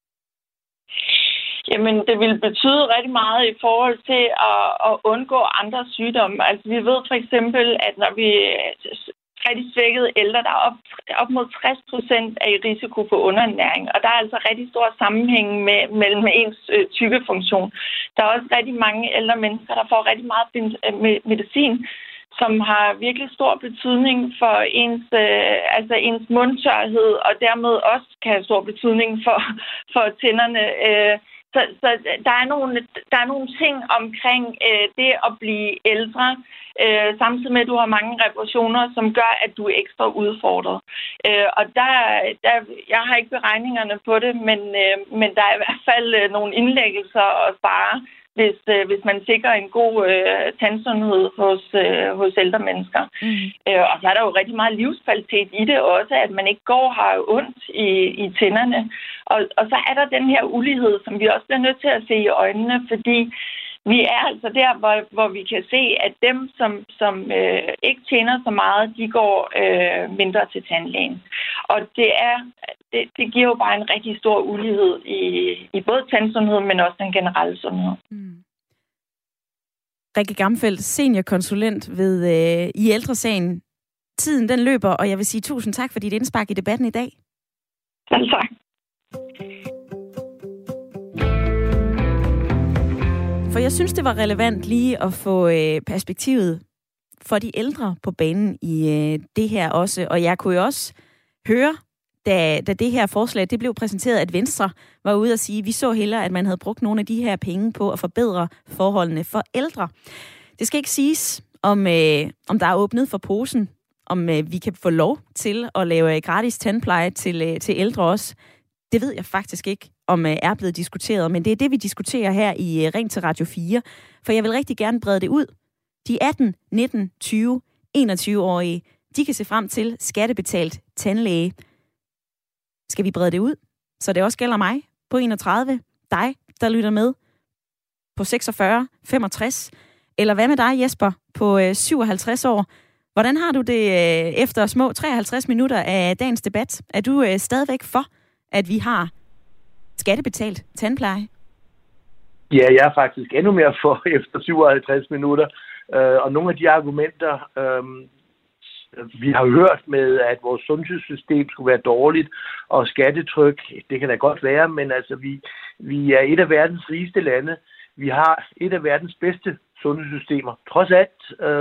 Jamen, det vil betyde rigtig meget i forhold til at undgå andre sygdomme. Altså, vi ved for eksempel, at når vi rigtig svækkede ældre, der er op mod 60% er i risiko for underernæring. Og der er altså rigtig stor sammenhæng mellem ens tykkefunktion. Der er også rigtig mange ældre mennesker, der får rigtig meget medicin, som har virkelig stor betydning for ens mundtørhed, og dermed også kan have stor betydning for tænderne. Så der er nogle ting omkring det at blive ældre, samtidig med, at du har mange reparationer, som gør, at du er ekstra udfordret. Og jeg har ikke beregningerne på det, men der er i hvert fald nogle indlæggelser at spare, hvis man sikrer en god tandsundhed hos ældre mennesker. Mm. Og så er der jo rigtig meget livskvalitet i det også, at man ikke går og har ondt i tænderne. Og så er der den her ulighed, som vi også bliver nødt til at se i øjnene, fordi vi er altså der, hvor vi kan se, at dem, som ikke tjener så meget, de går mindre til tandlægen. Og det giver jo bare en rigtig stor ulighed i både tandsundhed, men også den generelle sundhed. Mm. Rikke Gamfeldt, seniorkonsulent i Ældresagen. Tiden den løber, og jeg vil sige tusind tak for dit indspark i debatten i dag. Selv tak. For jeg synes, det var relevant lige at få perspektivet for de ældre på banen i det her også. Og jeg kunne jo også høre, da det her forslag det blev præsenteret, at Venstre var ude at sige, at vi så hellere, at man havde brugt nogle af de her penge på at forbedre forholdene for ældre. Det skal ikke siges, om der er åbnet for posen, om vi kan få lov til at lave gratis tandpleje til ældre også. Det ved jeg faktisk ikke, om er blevet diskuteret, men det er det, vi diskuterer her i Ring til Radio 4. For jeg vil rigtig gerne brede det ud. De 18, 19, 20, 21-årige, de kan se frem til skattebetalt tandlæge. Skal vi brede det ud, så det også gælder mig på 31, dig, der lytter med på 46, 65, Eller hvad med dig, Jesper, på 57 år? Hvordan har du det efter små 53 minutter af dagens debat? Er du stadigvæk for, at vi har skattebetalt tandpleje? Ja, jeg er faktisk endnu mere for efter 57 minutter. Og nogle af de argumenter, vi har hørt med, at vores sundhedssystem skulle være dårligt, og skattetryk, det kan da godt være, men altså vi er et af verdens rigeste lande. Vi har et af verdens bedste sundhedssystemer, trods alt.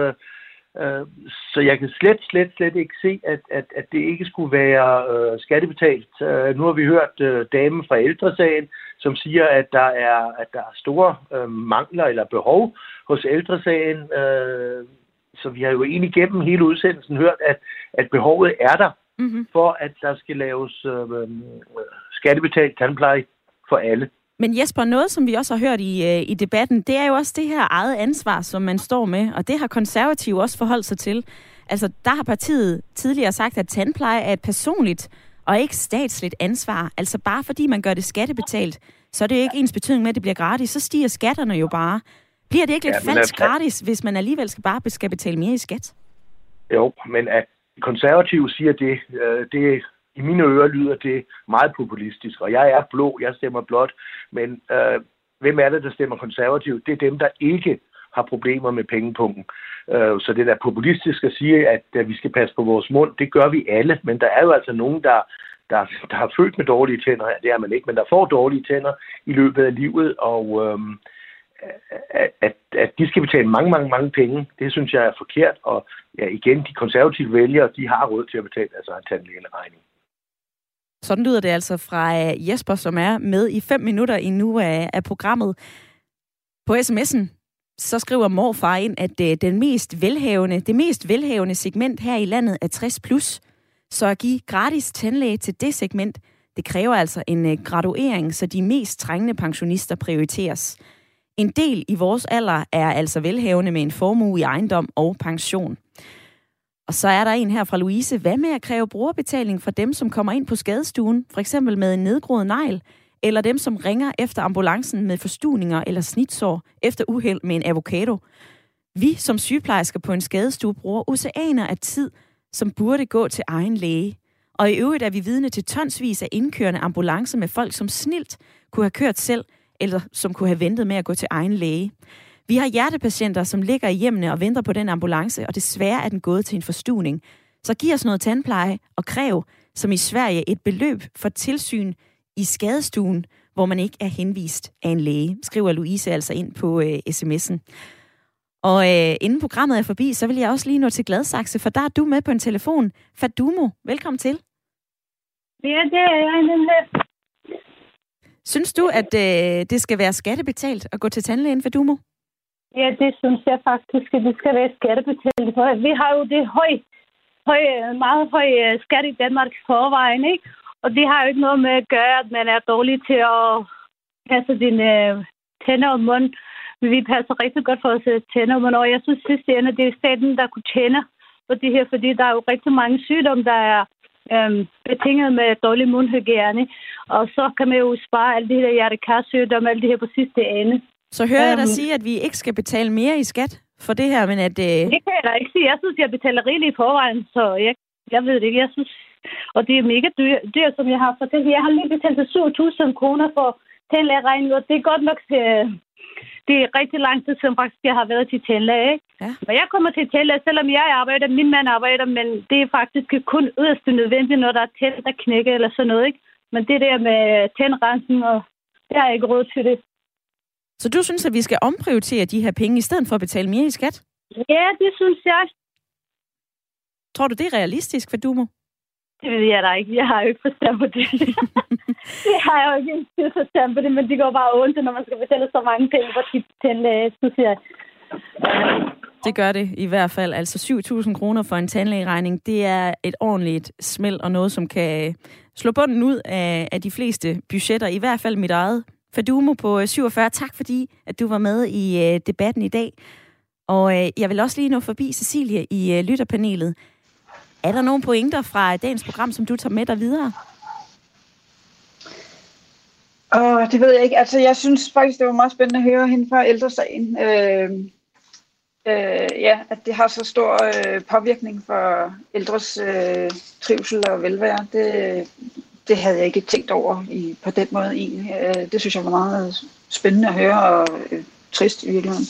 Så jeg kan slet ikke se, at det ikke skulle være skattebetalt. Nu har vi hørt damen fra Ældresagen, som siger, at der er store mangler eller behov hos Ældresagen. Så vi har jo egentlig gennem hele udsendelsen hørt, at behovet er der for, at der skal laves skattebetalt tandpleje for alle. Men Jesper, noget som vi også har hørt i debatten, det er jo også det her eget ansvar, som man står med, og det har Konservative også forholdt sig til. Altså, der har partiet tidligere sagt, at tandpleje er et personligt og ikke statsligt ansvar. Altså, bare fordi man gør det skattebetalt, så er det ikke ens betydning med, at det bliver gratis. Så stiger skatterne jo bare. Bliver det ikke lidt falsk gratis, hvis man alligevel skal betale mere i skat? Jo, men at Konservative siger det i mine ører lyder det meget populistisk, og jeg er blå, jeg stemmer blåt, men hvem er det, der stemmer konservativt? Det er dem, der ikke har problemer med pengepunkten. Så det er populistisk at sige, at vi skal passe på vores mund. Det gør vi alle, men der er jo altså nogen, der har født med dårlige tænder. Det er man ikke, men der får dårlige tænder i løbet af livet, og at de skal betale mange penge, det synes jeg er forkert. Og ja, igen, de konservative vælgere, de har råd til at betale altså en tandlægeregning. Sådan lyder det altså fra Jesper, som er med i 5 minutter endnu af programmet. På sms'en, så skriver morfar ind, at det mest velhavende segment her i landet er 60+. Så at give gratis tandlæge til det segment, det kræver altså en graduering, så de mest trængende pensionister prioriteres. En del i vores alder er altså velhavende med en formue i ejendom og pension. Og så er der en her fra Louise. Hvad med at kræve brugerbetaling for dem, som kommer ind på skadestuen, for eksempel med en nedgroet negl, eller dem, som ringer efter ambulancen med forstuvninger eller snitsår efter uheld med en avocado? Vi som sygeplejersker på en skadestue bruger oceaner af tid, som burde gå til egen læge. Og i øvrigt er vi vidne til tonsvis af indkørende ambulancer med folk, som snilt kunne have kørt selv, eller som kunne have ventet med at gå til egen læge. Vi har hjertepatienter, som ligger i hjemmene og venter på den ambulance, og desværre er den gået til en forstuvning. Så giv os noget tandpleje og kræv, som i Sverige, et beløb for tilsyn i skadestuen, hvor man ikke er henvist af en læge, skriver Louise altså ind på sms'en. Og inden programmet er forbi, så vil jeg også lige nå til Gladsaxe, for der er du med på en telefon. Fadumo, velkommen til. Ja, det er jeg nemlig. Synes du, at det skal være skattebetalt at gå til tandlægen, Fadumo? Ja, det synes jeg faktisk, at det skal være skattebetalt. Vi har jo det meget høj skat i Danmark i forvejen, ikke? Og det har jo ikke noget med at gøre, at man er dårlig til at passe dine tænder og mund. Vi passer rigtig godt for os tænder og mund, og jeg synes sidste ende, det er staten, der kunne tjene på det her, fordi der er jo rigtig mange sygdomme, der er betinget med dårlig mundhygiejne. Og så kan man jo spare alle de her hjertekarsygdomme, alle det her på sidste ende. Så hører jeg dig sige, at vi ikke skal betale mere i skat for det her, men at... Det kan jeg da ikke sige. Jeg synes, jeg betaler rigeligt i forvejen, så jeg ved det ikke. Jeg synes, og det er mega dyrt, som jeg har fortalt. Jeg har lige betalt 7.000 kroner for tandlægeregning, og det er godt nok... Det er rigtig lang tid siden faktisk, jeg har været til tandlæge, ikke? Ja. Men jeg kommer til tandlæge, selvom jeg arbejder, min mand arbejder, men det er faktisk kun yderst nødvendigt, når der er tænder, der knækker eller sådan noget, ikke? Men det der med tandrensen, og det har jeg ikke råd til det. Så du synes, at vi skal omprioritere de her penge, i stedet for at betale mere i skat? Ja, det synes jeg. Tror du, det er realistisk, Fadumo? Det ved jeg da ikke. Jeg har jo ikke forstand på det. Det har jeg jo ikke forstand på det, men det går bare ondt, når man skal betale så mange penge for sit tandlæge, synes jeg. Det gør det i hvert fald. Altså 7.000 kroner for en tandlægeregning, det er et ordentligt smæld og noget, som kan slå bunden ud af de fleste budgetter, i hvert fald mit eget. Fadumo på 47, tak fordi, at du var med i debatten i dag. Og jeg vil også lige nå forbi Cecilie i lytterpanelet. Er der nogle pointer fra dagens program, som du tager med dig videre? Det ved jeg ikke. Altså, jeg synes faktisk, det var meget spændende at høre hende fra Ældresagen. at det har så stor påvirkning for ældres trivsel og velvære. Det havde jeg ikke tænkt over på den måde egentlig. Det synes jeg var meget spændende at høre og trist i virkeligheden.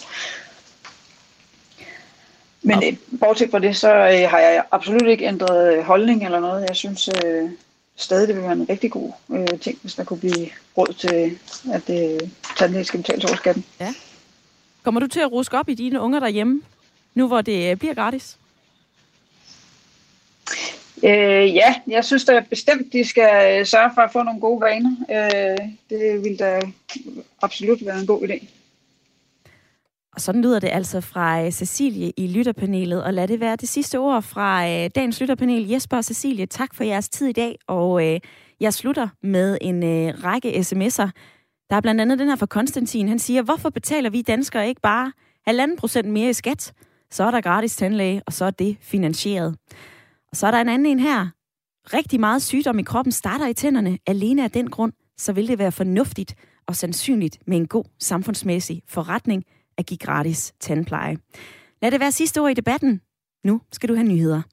Men bortset fra det, så har jeg absolut ikke ændret holdning eller noget. Jeg synes stadig, det vil være en rigtig god ting, hvis der kunne blive råd til, at tandlæge skal betale over skatten. Ja. Kommer du til at ruske op i dine unger derhjemme, nu hvor det bliver gratis? Ja, jeg synes da bestemt, de skal sørge for at få nogle gode vaner. Det vil da absolut være en god idé. Og sådan lyder det altså fra Cecilie i lytterpanelet, og lad det være det sidste ord fra dagens lytterpanel. Jesper og Cecilie, tak for jeres tid i dag, og jeg slutter med en række sms'er. Der er blandt andet den her fra Konstantin. Han siger, hvorfor betaler vi danskere ikke bare 1,5% mere i skat? Så er der gratis tandlæge, og så er det finansieret. Og så er der en anden en her. Rigtig meget sygdom i kroppen starter i tænderne. Alene af den grund, så vil det være fornuftigt og sandsynligt med en god samfundsmæssig forretning at give gratis tandpleje. Lad det være sidste ord i debatten. Nu skal du have nyheder.